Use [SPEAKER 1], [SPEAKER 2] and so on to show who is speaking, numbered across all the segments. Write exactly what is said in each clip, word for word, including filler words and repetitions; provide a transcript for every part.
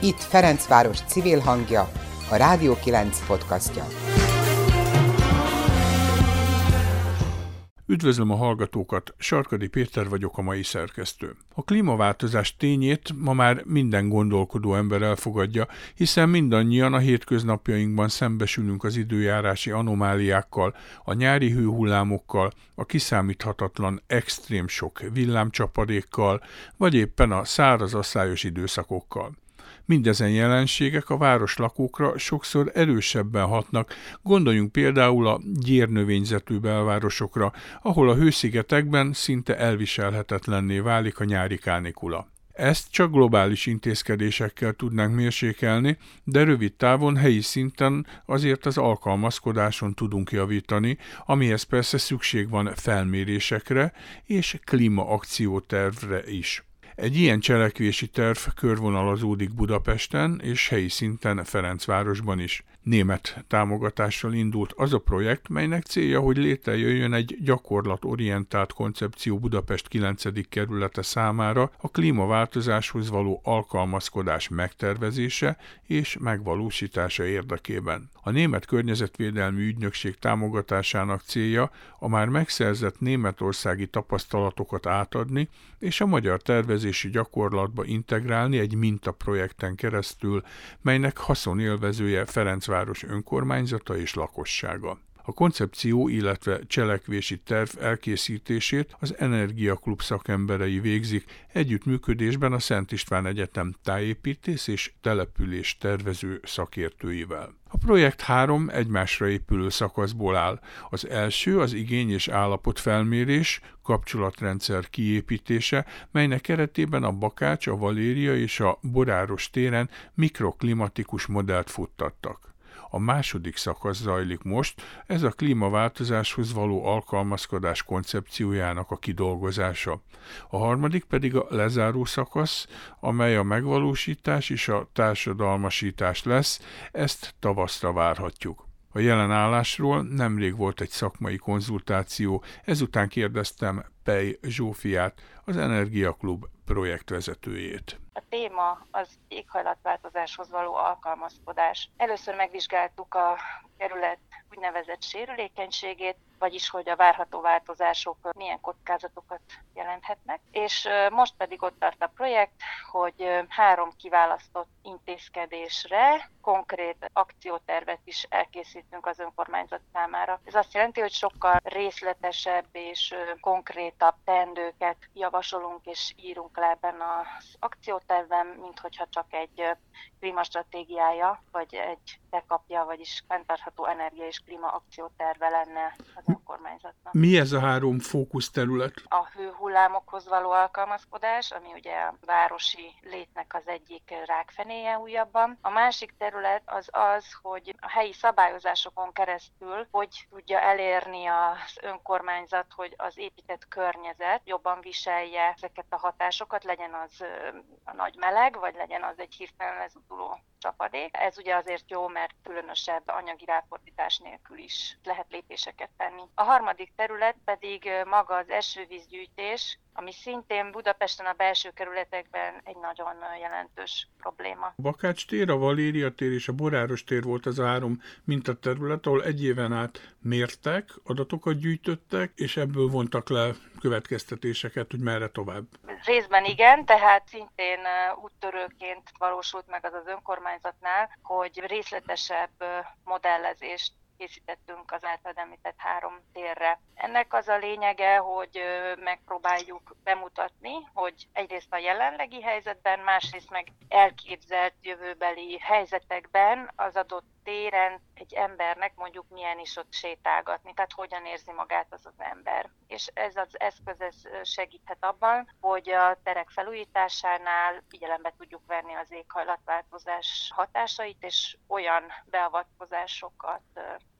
[SPEAKER 1] Itt Ferencváros civil hangja, a Rádió kilenc podcastja.
[SPEAKER 2] Üdvözlöm a hallgatókat, Sarkadi Péter vagyok, a mai szerkesztő. A klímaváltozás tényét ma már minden gondolkodó ember elfogadja, hiszen mindannyian a hétköznapjainkban szembesülünk az időjárási anomáliákkal, a nyári hőhullámokkal, a kiszámíthatatlan extrém sok villámcsapadékkal, vagy éppen a száraz asszályos időszakokkal. Mindezen jelenségek a városlakókra sokszor erősebben hatnak, gondoljunk például a gyérnövényzetű belvárosokra, ahol a hőszigetekben szinte elviselhetetlenné válik a nyári kánikula. Ezt csak globális intézkedésekkel tudnánk mérsékelni, de rövid távon helyi szinten azért az alkalmazkodáson tudunk javítani, amihez persze szükség van felmérésekre és klímaakciótervre is. Egy ilyen cselekvési terv körvonalazódik Budapesten és helyi szinten Ferencvárosban is. Német támogatással indult az a projekt, melynek célja, hogy létrejöjjön egy gyakorlatorientált koncepció Budapest kilencedik kerülete számára a klímaváltozáshoz való alkalmazkodás megtervezése és megvalósítása érdekében. A Német Környezetvédelmi Ügynökség támogatásának célja a már megszerzett németországi tapasztalatokat átadni és a magyar tervezési gyakorlatba integrálni egy mintaprojekten keresztül, melynek haszonélvezője Ferencváros önkormányzata és lakossága. A koncepció, illetve cselekvési terv elkészítését az Energiaklub szakemberei végzik együttműködésben a Szent István Egyetem tájépítész és település tervező szakértőivel. A projekt három egymásra épülő szakaszból áll. Az első az igény- és állapotfelmérés, kapcsolatrendszer kiépítése, melynek keretében a Bakács, a Valéria és a Boráros téren mikroklimatikus modellt futtattak. A második szakasz zajlik most, ez a klímaváltozáshoz való alkalmazkodás koncepciójának a kidolgozása. A harmadik pedig a lezáró szakasz, amely a megvalósítás és a társadalmasítás lesz, ezt tavaszra várhatjuk. A jelen állásról nemrég volt egy szakmai konzultáció, ezután kérdeztem Pej Zsófiát, az Energiaklub projektvezetőjét.
[SPEAKER 3] A téma az éghajlatváltozáshoz való alkalmazkodás. Először megvizsgáltuk a kerület úgynevezett sérülékenységét, vagyis hogy a várható változások milyen kockázatokat jelenthetnek. És most pedig ott tart a projekt, hogy három kiválasztott intézkedésre konkrét akciótervet is elkészítünk az önkormányzat számára. Ez azt jelenti, hogy sokkal részletesebb és konkrétabb teendőket javasolunk és írunk le ebben az akciótervben, mint hogyha csak egy klímastratégiája, vagy egy bekapja, vagyis fenntartható energia és klíma akcióterve lenne az önkormányzatnak.
[SPEAKER 2] Mi ez a három fókuszterület?
[SPEAKER 3] A hőhullámokhoz való alkalmazkodás, ami ugye a városi létnek az egyik rákfenéje újabban. A másik terület az az, hogy a helyi szabályozásokon keresztül hogy tudja elérni az önkormányzat, hogy az épített környezet jobban viselje ezeket a hatásokat, legyen az a nagy meleg, vagy legyen az egy hirtelen lezuduló csapadék. Ez ugye azért jó, mert különösebb anyagi ráfordítás nélkül is lehet lépéseket tenni. A harmadik terület pedig maga az esővízgyűjtés, ami szintén Budapesten a belső kerületekben egy nagyon jelentős probléma.
[SPEAKER 2] A Bakács tér, a Valéria tér és a Boráros tér volt az a három mintaterület, ahol egy éven át mértek, adatokat gyűjtöttek, és ebből vontak le következtetéseket, hogy merre tovább.
[SPEAKER 3] Részben igen, tehát szintén úttörőként valósult meg az az önkormányzatnál, hogy részletesebb modellezést készítettünk az általad említett három térre. Ennek az a lényege, hogy megpróbáljuk bemutatni, hogy egyrészt a jelenlegi helyzetben, másrészt meg elképzelt jövőbeli helyzetekben az adott téren egy embernek mondjuk milyen is ott sétálgatni, tehát hogyan érzi magát az az ember. És ez az eszköz ez segíthet abban, hogy a terek felújításánál figyelembe tudjuk venni az éghajlatváltozás hatásait, és olyan beavatkozásokat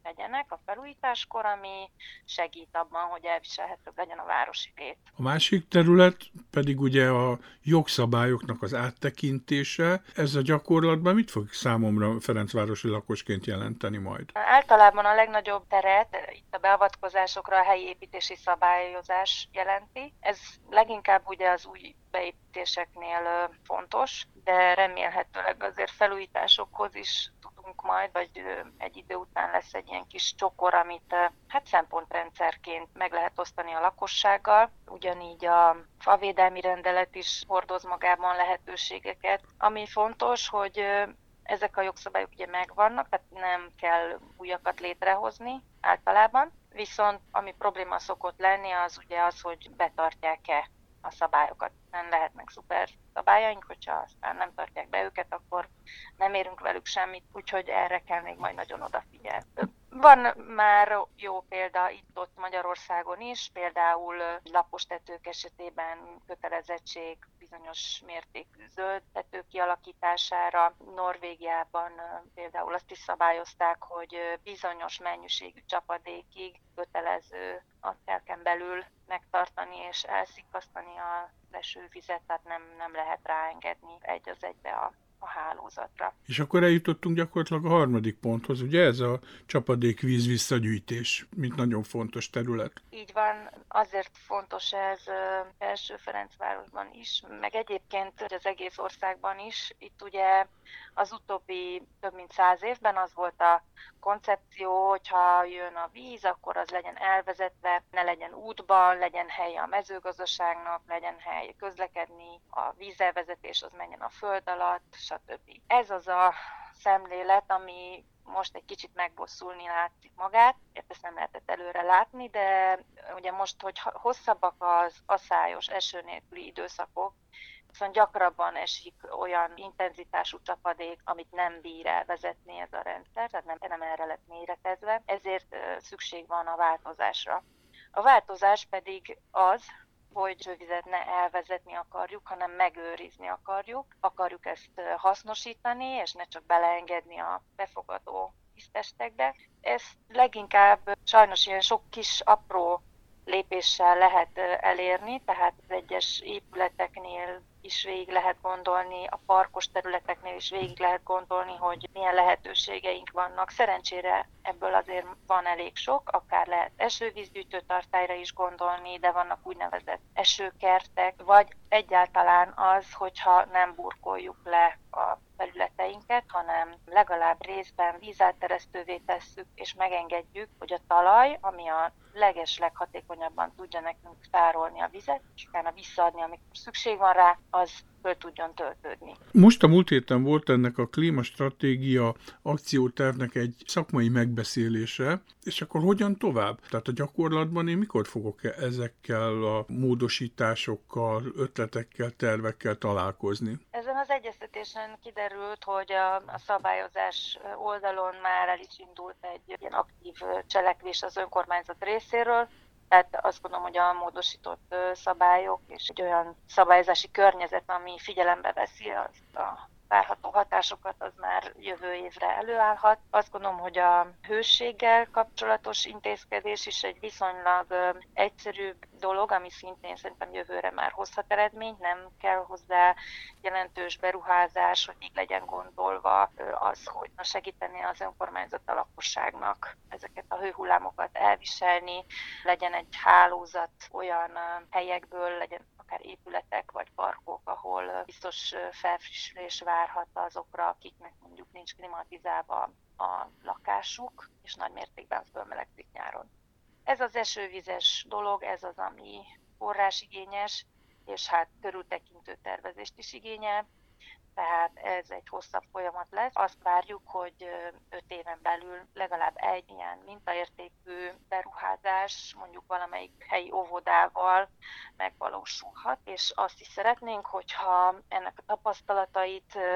[SPEAKER 3] legyenek a felújításkor, ami segít abban, hogy elviselhetőbb legyen a városi lét.
[SPEAKER 2] A másik terület pedig ugye a jogszabályoknak az áttekintése. Ez a gyakorlatban mit fog számomra ferencvárosi lakosként jelenteni majd?
[SPEAKER 3] Általában a legnagyobb teret itt a beavatkozásokra a helyi építési szabályozás jelenti. Ez leginkább ugye az új beépítéseknél fontos, de remélhetőleg azért felújításokhoz is tudunk majd, vagy egy idő után lesz egy ilyen kis csokor, amit hát szempontrendszerként meg lehet osztani a lakossággal. Ugyanígy a favédelmi rendelet is hordoz magában lehetőségeket. Ami fontos, hogy ezek a jogszabályok ugye megvannak, tehát nem kell újakat létrehozni általában, viszont ami probléma szokott lenni, az ugye az, hogy betartják-e a szabályokat. Nem lehetnek szuper szabályaink, hogyha aztán nem tartják be őket, akkor nem érünk velük semmit, úgyhogy erre kell még majd nagyon odafigyelni. Van már jó példa itt-ott Magyarországon is, például lapos tetők esetében kötelezettség bizonyos mértékű zöld tető kialakítására. Norvégiában például azt is szabályozták, hogy bizonyos mennyiségű csapadékig kötelező a telken belül megtartani és elszikasztani az esővizet, tehát nem, nem lehet ráengedni egy az egybe a a hálózatra.
[SPEAKER 2] És akkor eljutottunk gyakorlatilag a harmadik ponthoz, ugye ez a csapadékvíz visszagyűjtés, mint nagyon fontos terület.
[SPEAKER 3] Így van, azért fontos ez Felső Ferencvárosban is, meg egyébként az egész országban is. Itt ugye az utóbbi több mint száz évben az volt a koncepció, hogyha jön a víz, akkor az legyen elvezetve, ne legyen útban, legyen hely a mezőgazdaságnak, legyen hely közlekedni, a vízelvezetés az menjen a föld alatt, stb. Ez az a szemlélet, ami most egy kicsit megbosszulni látszik magát, ezt nem lehetett előre látni, de ugye most, hogy hosszabbak az aszályos eső nélküli időszakok, viszont gyakrabban esik olyan intenzitású csapadék, amit nem bír elvezetni ez a rendszer, tehát nem, nem erre lett méretezve, ezért szükség van a változásra. A változás pedig az, hogy csővizet ne elvezetni akarjuk, hanem megőrizni akarjuk. Akarjuk ezt hasznosítani, és ne csak beleengedni a befogadó víztestekbe. Ezt leginkább sajnos ilyen sok kis apró lépéssel lehet elérni, tehát az egyes épületeknél is végig lehet gondolni, a parkos területeknél is végig lehet gondolni, hogy milyen lehetőségeink vannak. Szerencsére ebből azért van elég sok, akár lehet esővízgyűjtő tartályra is gondolni, de vannak úgynevezett esőkertek, vagy egyáltalán az, hogyha nem burkoljuk le a területeinket, hanem legalább részben vízátteresztővé tesszük, és megengedjük, hogy a talaj, ami a leges leghatékonyabban tudja nekünk tárolni a vizet, és utána visszaadni, amikor szükség van rá, az föl tudjon töltődni.
[SPEAKER 2] Most a múlt héten volt ennek a klímastratégia akciótervnek egy szakmai megbeszélése, és akkor hogyan tovább? Tehát a gyakorlatban én mikor fogok ezekkel a módosításokkal, ötletekkel, tervekkel találkozni?
[SPEAKER 3] Ezen az egyeztetésen kiderült, hogy a, a szabályozás oldalon már el is indult egy ilyen aktív cselekvés az önkormányzat részéről. Tehát azt gondolom, hogy a módosított szabályok és egy olyan szabályozási környezet, ami figyelembe veszi azt a várható hatásokat, az már jövő évre előállhat. Azt gondolom, hogy a hőséggel kapcsolatos intézkedés is egy viszonylag egyszerűbb dolog, ami szintén szerintem jövőre már hozhat eredményt, nem kell hozzá jelentős beruházás, hogy így legyen gondolva az, hogy segíteni az önkormányzat a lakosságnak ezeket a hőhullámokat elviselni, legyen egy hálózat olyan helyekből, legyen akár épületek vagy parkok, ahol biztos felfrissülés várhat azokra, akiknek mondjuk nincs klimatizálva a lakásuk, és nagy mértékben fölmelegszik nyáron. Ez az esővizes dolog, ez az, ami forrásigényes, és hát körültekintő tervezést is igényel, tehát ez egy hosszabb folyamat lesz. Azt várjuk, hogy öt éven belül legalább egy ilyen mintaértékű beruházás, mondjuk valamelyik helyi óvodával megvalósulhat, és azt is szeretnénk, hogyha ennek a tapasztalatait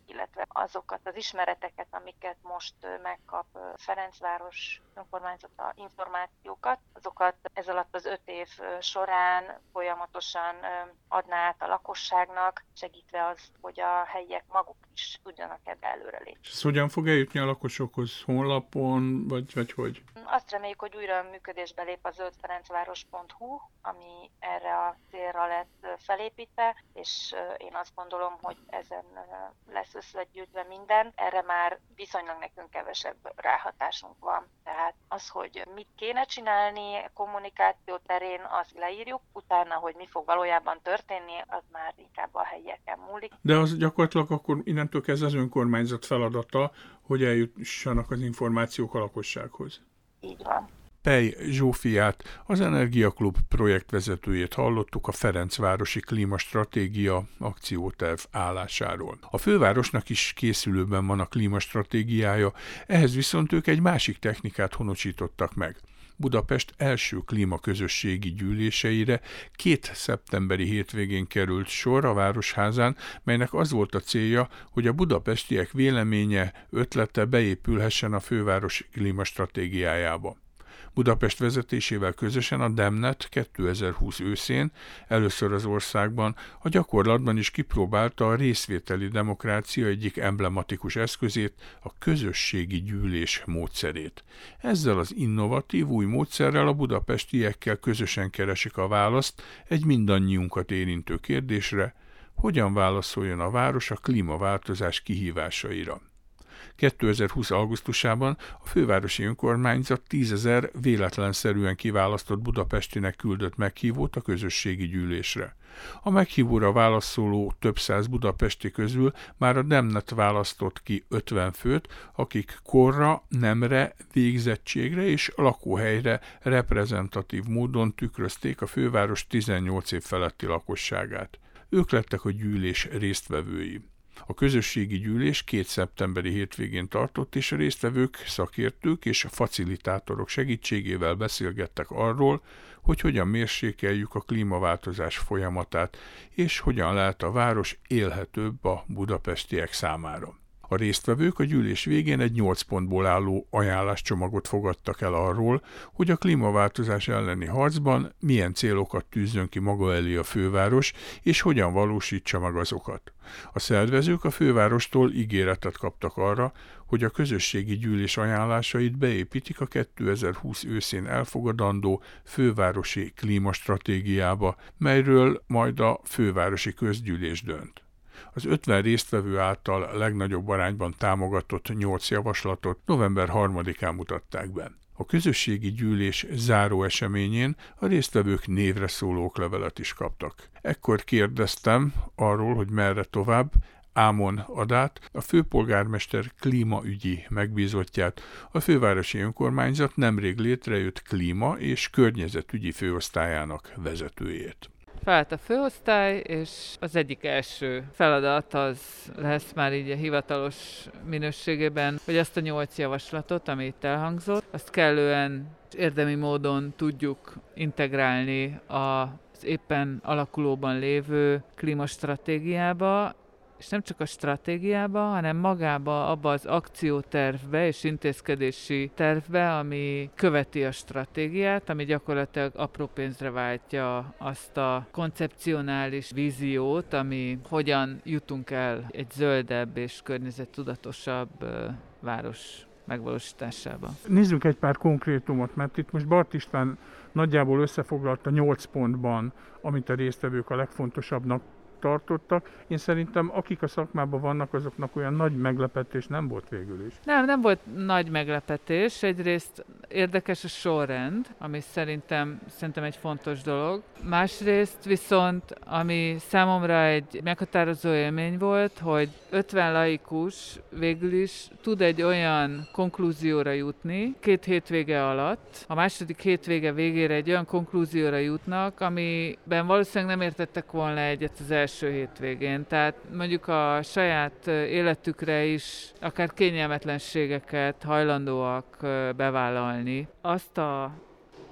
[SPEAKER 3] illetve azokat az ismereteket, amiket most megkap Ferencváros önkormányzata információkat, azokat ez alatt az öt év során folyamatosan adná át a lakosságnak, segítve az, hogy a helyiek maguk is tudjanak ebbe előrelépni.
[SPEAKER 2] Ez hogyan fog eljutni a lakosokhoz? Honlapon, vagy, vagy hogy?
[SPEAKER 3] Azt reméljük, hogy újra működésbe lép a zöldferencváros pont hu, ami erre a célra lett felépítve, és én azt gondolom, hogy ezen lesz összegyűjtve minden. Erre már viszonylag nekünk kevesebb ráhatásunk van. Tehát az, hogy mit kéne csinálni kommunikáció terén, azt leírjuk, utána, hogy mi fog valójában történni, az már inkább a helyieken múlik.
[SPEAKER 2] De az gyakorlatilag akkor innentől kezdve az önkormányzat feladata, hogy eljussanak az információk a lakossághoz.
[SPEAKER 3] Így van.
[SPEAKER 2] Pej Zsófiát, az Energiaklub projektvezetőjét hallottuk a Ferencvárosi Klímastratégia akcióterv állásáról. A fővárosnak is készülőben van a klímastratégiája, ehhez viszont ők egy másik technikát honosítottak meg. Budapest első klímaközösségi gyűléseire két szeptemberi hétvégén került sor a Városházán, melynek az volt a célja, hogy a budapestiek véleménye, ötlete beépülhessen a főváros klímastratégiájába. Budapest vezetésével közösen a Demnet kétezer-húsz őszén először az országban, a gyakorlatban is kipróbálta a részvételi demokrácia egyik emblematikus eszközét, a közösségi gyűlés módszerét. Ezzel az innovatív új módszerrel a budapestiekkel közösen keresik a választ egy mindannyiunkat érintő kérdésre, hogyan válaszoljon a város a klímaváltozás kihívásaira. kétezer-húsz augusztusában a fővárosi önkormányzat tízezer véletlenszerűen kiválasztott budapestinek küldött meghívót a közösségi gyűlésre. A meghívóra válaszoló több száz budapesti közül már a Demnet választott ki ötven főt, akik korra, nemre, végzettségre és lakóhelyre reprezentatív módon tükrözték a főváros tizennyolc év feletti lakosságát. Ők lettek a gyűlés résztvevői. A közösségi gyűlés két szeptemberi hétvégén tartott, és a résztvevők, szakértők és facilitátorok segítségével beszélgettek arról, hogy hogyan mérsékeljük a klímaváltozás folyamatát, és hogyan lehet a város élhetőbb a budapestiek számára. A résztvevők a gyűlés végén egy nyolc pontból álló ajánláscsomagot fogadtak el arról, hogy a klímaváltozás elleni harcban milyen célokat tűzzön ki maga elé a főváros, és hogyan valósítsa meg azokat. A szervezők a fővárostól ígéretet kaptak arra, hogy a közösségi gyűlés ajánlásait beépítik a kétezer-húsz őszén elfogadandó fővárosi klímastratégiába, melyről majd a fővárosi közgyűlés dönt. Az ötven résztvevő által legnagyobb arányban támogatott nyolc javaslatot november harmadikán mutatták be. A közösségi gyűlés záró eseményén a résztvevők névre szóló oklevelet is kaptak. Ekkor kérdeztem arról, hogy merre tovább, Ámon Adát, a főpolgármester klímaügyi megbízottját, a fővárosi önkormányzat nemrég létrejött klíma- és környezetügyi főosztályának vezetőjét.
[SPEAKER 4] Felállt a főosztály, és az egyik első feladat az lesz már így a hivatalos minőségében, hogy azt a nyolc javaslatot, ami itt elhangzott, azt kellően érdemi módon tudjuk integrálni az éppen alakulóban lévő klímastratégiába, és nem csak a stratégiába, hanem magába, abba az akciótervbe és intézkedési tervbe, ami követi a stratégiát, ami gyakorlatilag apró pénzre váltja azt a koncepcionális víziót, ami hogyan jutunk el egy zöldebb és környezettudatosabb város megvalósításába.
[SPEAKER 2] Nézzük egy pár konkrétumot, mert itt most Bart István nagyjából összefoglalta nyolc pontban, amit a résztvevők a legfontosabbnak tartottak. Én szerintem, akik a szakmában vannak, azoknak olyan nagy meglepetés nem volt végül is.
[SPEAKER 4] Nem, nem volt nagy meglepetés. Egyrészt érdekes a sorrend, ami szerintem, szerintem egy fontos dolog. Másrészt viszont, ami számomra egy meghatározó élmény volt, hogy ötven laikus végül is tud egy olyan konklúzióra jutni két hétvége alatt. A második hétvége végére egy olyan konklúzióra jutnak, amiben valószínűleg nem értettek volna egyet az első hétvégén. Tehát mondjuk a saját életükre is akár kényelmetlenségeket hajlandóak bevállalni. Azt a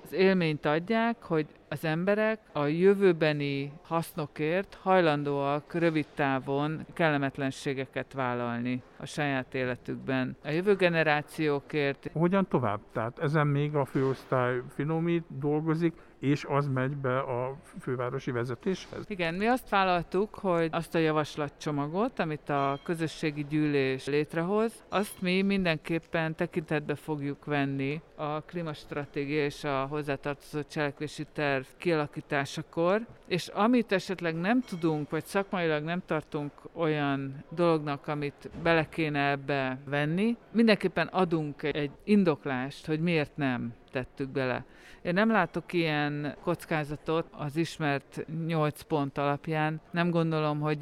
[SPEAKER 4] az élményt adják, hogy az emberek a jövőbeni hasznokért hajlandóak rövid távon kellemetlenségeket vállalni a saját életükben. A jövő generációkért.
[SPEAKER 2] Hogyan tovább? Tehát ezen még a főosztály finomít, dolgozik, és az megy be a fővárosi vezetéshez?
[SPEAKER 4] Igen, mi azt vállaltuk, hogy azt a javaslatcsomagot, amit a közösségi gyűlés létrehoz, azt mi mindenképpen tekintetbe fogjuk venni a klímastratégia és a hozzátartozó cselekvési terv kialakításakor, és amit esetleg nem tudunk, vagy szakmailag nem tartunk olyan dolognak, amit bele kéne ebbe venni, mindenképpen adunk egy indoklást, hogy miért nem tettük bele. Én nem látok ilyen kockázatot az ismert nyolc pont alapján. Nem gondolom, hogy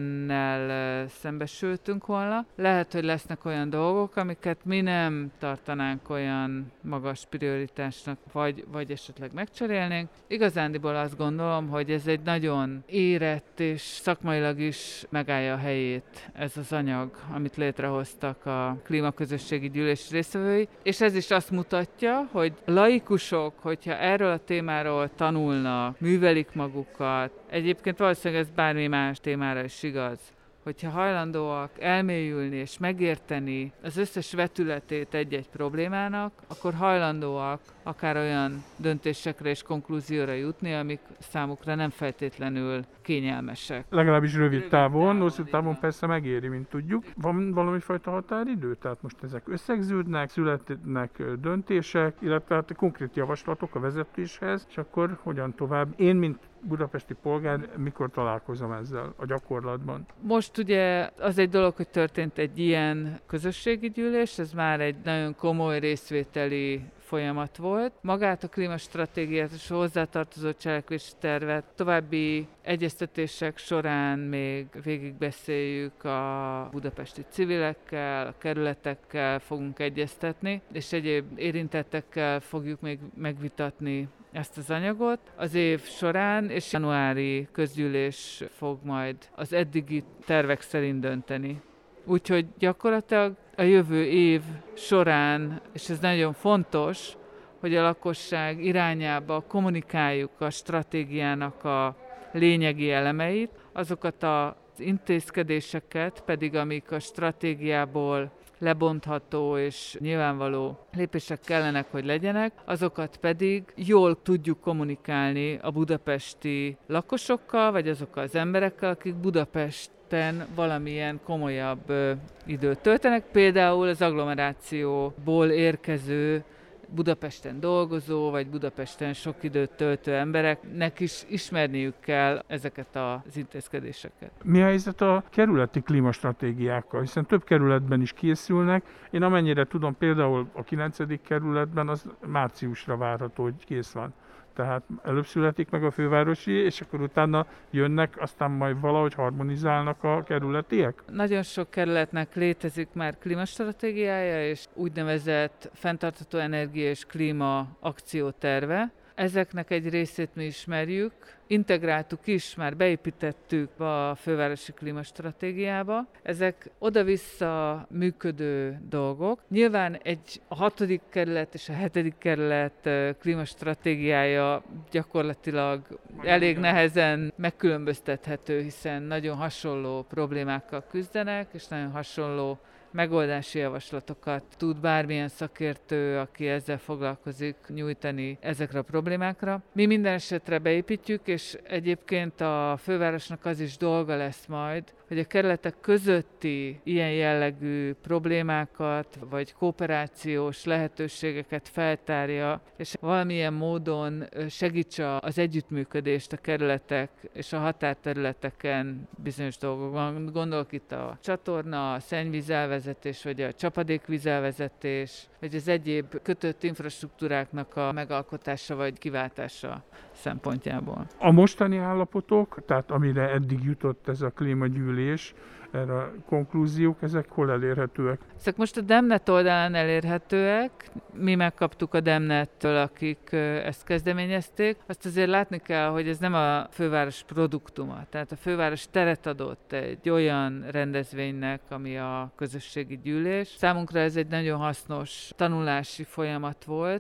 [SPEAKER 4] ilyennel szembesültünk volna. Lehet, hogy lesznek olyan dolgok, amiket mi nem tartanánk olyan magas prioritásnak, vagy, vagy esetleg megcserélnénk. Igazándiból azt gondolom, hogy ez egy nagyon érett és szakmailag is megállja a helyét ez az anyag, amit létrehoztak a klímaközösségi gyűlés résztvevői, és ez is azt mutatja, hogy laikusok, hogyha erről a témáról tanulnak, művelik magukat, egyébként valószínűleg ez bármi más témára is igaz, hogyha hajlandóak elmélyülni és megérteni az összes vetületét egy-egy problémának, akkor hajlandóak akár olyan döntésekre és konklúzióra jutni, amik számukra nem feltétlenül kényelmesek.
[SPEAKER 2] Legalábbis rövid,
[SPEAKER 4] Rövid
[SPEAKER 2] távon,
[SPEAKER 4] távon,
[SPEAKER 2] hosszú
[SPEAKER 4] így
[SPEAKER 2] távon
[SPEAKER 4] van.
[SPEAKER 2] persze megéri, mint tudjuk. Van valami fajta határidő? Tehát most ezek összegződnek, születnek döntések, illetve hát konkrét javaslatok a vezetéshez, és akkor hogyan tovább? Én, mint budapesti polgár, mikor találkozom ezzel a gyakorlatban?
[SPEAKER 4] Most ugye az egy dolog, hogy történt egy ilyen közösségi gyűlés, ez már egy nagyon komoly részvételi folyamat volt. Magát a klímastratégiát és a hozzátartozó cselekvési tervet további egyeztetések során még végigbeszéljük a budapesti civilekkel, a kerületekkel fogunk egyeztetni, és egyéb érintettekkel fogjuk még megvitatni ezt az anyagot az év során, és januári közgyűlés fog majd az eddigi tervek szerint dönteni. Úgyhogy gyakorlatilag a jövő év során, és ez nagyon fontos, hogy a lakosság irányába kommunikáljuk a stratégiának a lényegi elemeit, azokat az intézkedéseket pedig, amik a stratégiából lebontható és nyilvánvaló lépések kellenek, hogy legyenek, azokat pedig jól tudjuk kommunikálni a budapesti lakosokkal, vagy azokkal az emberekkel, akik Budapesten valamilyen komolyabb ö, időt töltenek. Például az agglomerációból érkező Budapesten dolgozó, vagy Budapesten sok időt töltő embereknek is ismerniük kell ezeket az intézkedéseket.
[SPEAKER 2] Mi a helyzet a kerületi klímastratégiákkal? Hiszen több kerületben is készülnek. Én amennyire tudom, például a kilencedik kerületben az márciusra várható, hogy kész van. Tehát előbb születik meg a fővárosi, és akkor utána jönnek, aztán majd valahogy harmonizálnak a kerületiek?
[SPEAKER 4] Nagyon sok kerületnek létezik már klímastratégiája, és úgynevezett fenntartható energia és klíma akcióterve. Ezeknek egy részét mi ismerjük, integráltuk is, már beépítettük a fővárosi klímastratégiába. Ezek oda-vissza működő dolgok. Nyilván egy a hatodik kerület és a hetedik kerület klímastratégiája gyakorlatilag elég nehezen megkülönböztethető, hiszen nagyon hasonló problémákkal küzdenek, és nagyon hasonló megoldási javaslatokat tud bármilyen szakértő, aki ezzel foglalkozik, nyújtani ezekre a problémákra. Mi minden esetre beépítjük, és egyébként a fővárosnak az is dolga lesz majd, hogy a kerületek közötti ilyen jellegű problémákat, vagy kooperációs lehetőségeket feltárja, és valamilyen módon segítse az együttműködést a kerületek és a határterületeken bizonyos dolgokban. Gondolok itt a csatorna, a szennyvízelvezetés, vagy a csapadékvízelvezetés, vagy az egyéb kötött infrastruktúráknak a megalkotása vagy kiváltása szempontjából.
[SPEAKER 2] A mostani állapotok, tehát amire eddig jutott ez a klímagyűlés, erre a konklúziók, ezek hol elérhetőek?
[SPEAKER 4] Ezek most a Demnet oldalán elérhetőek. Mi megkaptuk a Demnettől, akik ezt kezdeményezték. Azt azért látni kell, hogy ez nem a főváros produktuma. Tehát a főváros teret adott egy olyan rendezvénynek, ami a közösségi gyűlés. Számunkra ez egy nagyon hasznos tanulási folyamat volt,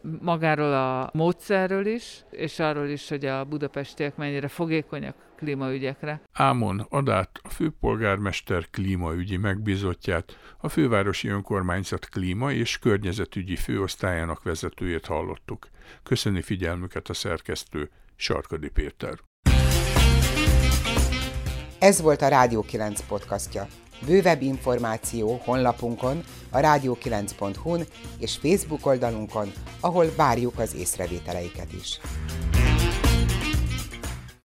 [SPEAKER 4] magáról a módszerről is, és arról is, hogy a budapestiek mennyire fogékonyak klímaügyekre.
[SPEAKER 2] Ámon Adát, a főpolgármester klímaügyi megbízottját, a fővárosi önkormányzat klíma és környezetügyi főosztályának vezetőjét hallottuk. Köszöni figyelmüket a szerkesztő, Sarkadi Péter.
[SPEAKER 1] Ez volt a Rádió kilenc podcastja. Bővebb információ honlapunkon, a rádió kilenc pont hu-n és Facebook oldalunkon, ahol várjuk az észrevételeiket is.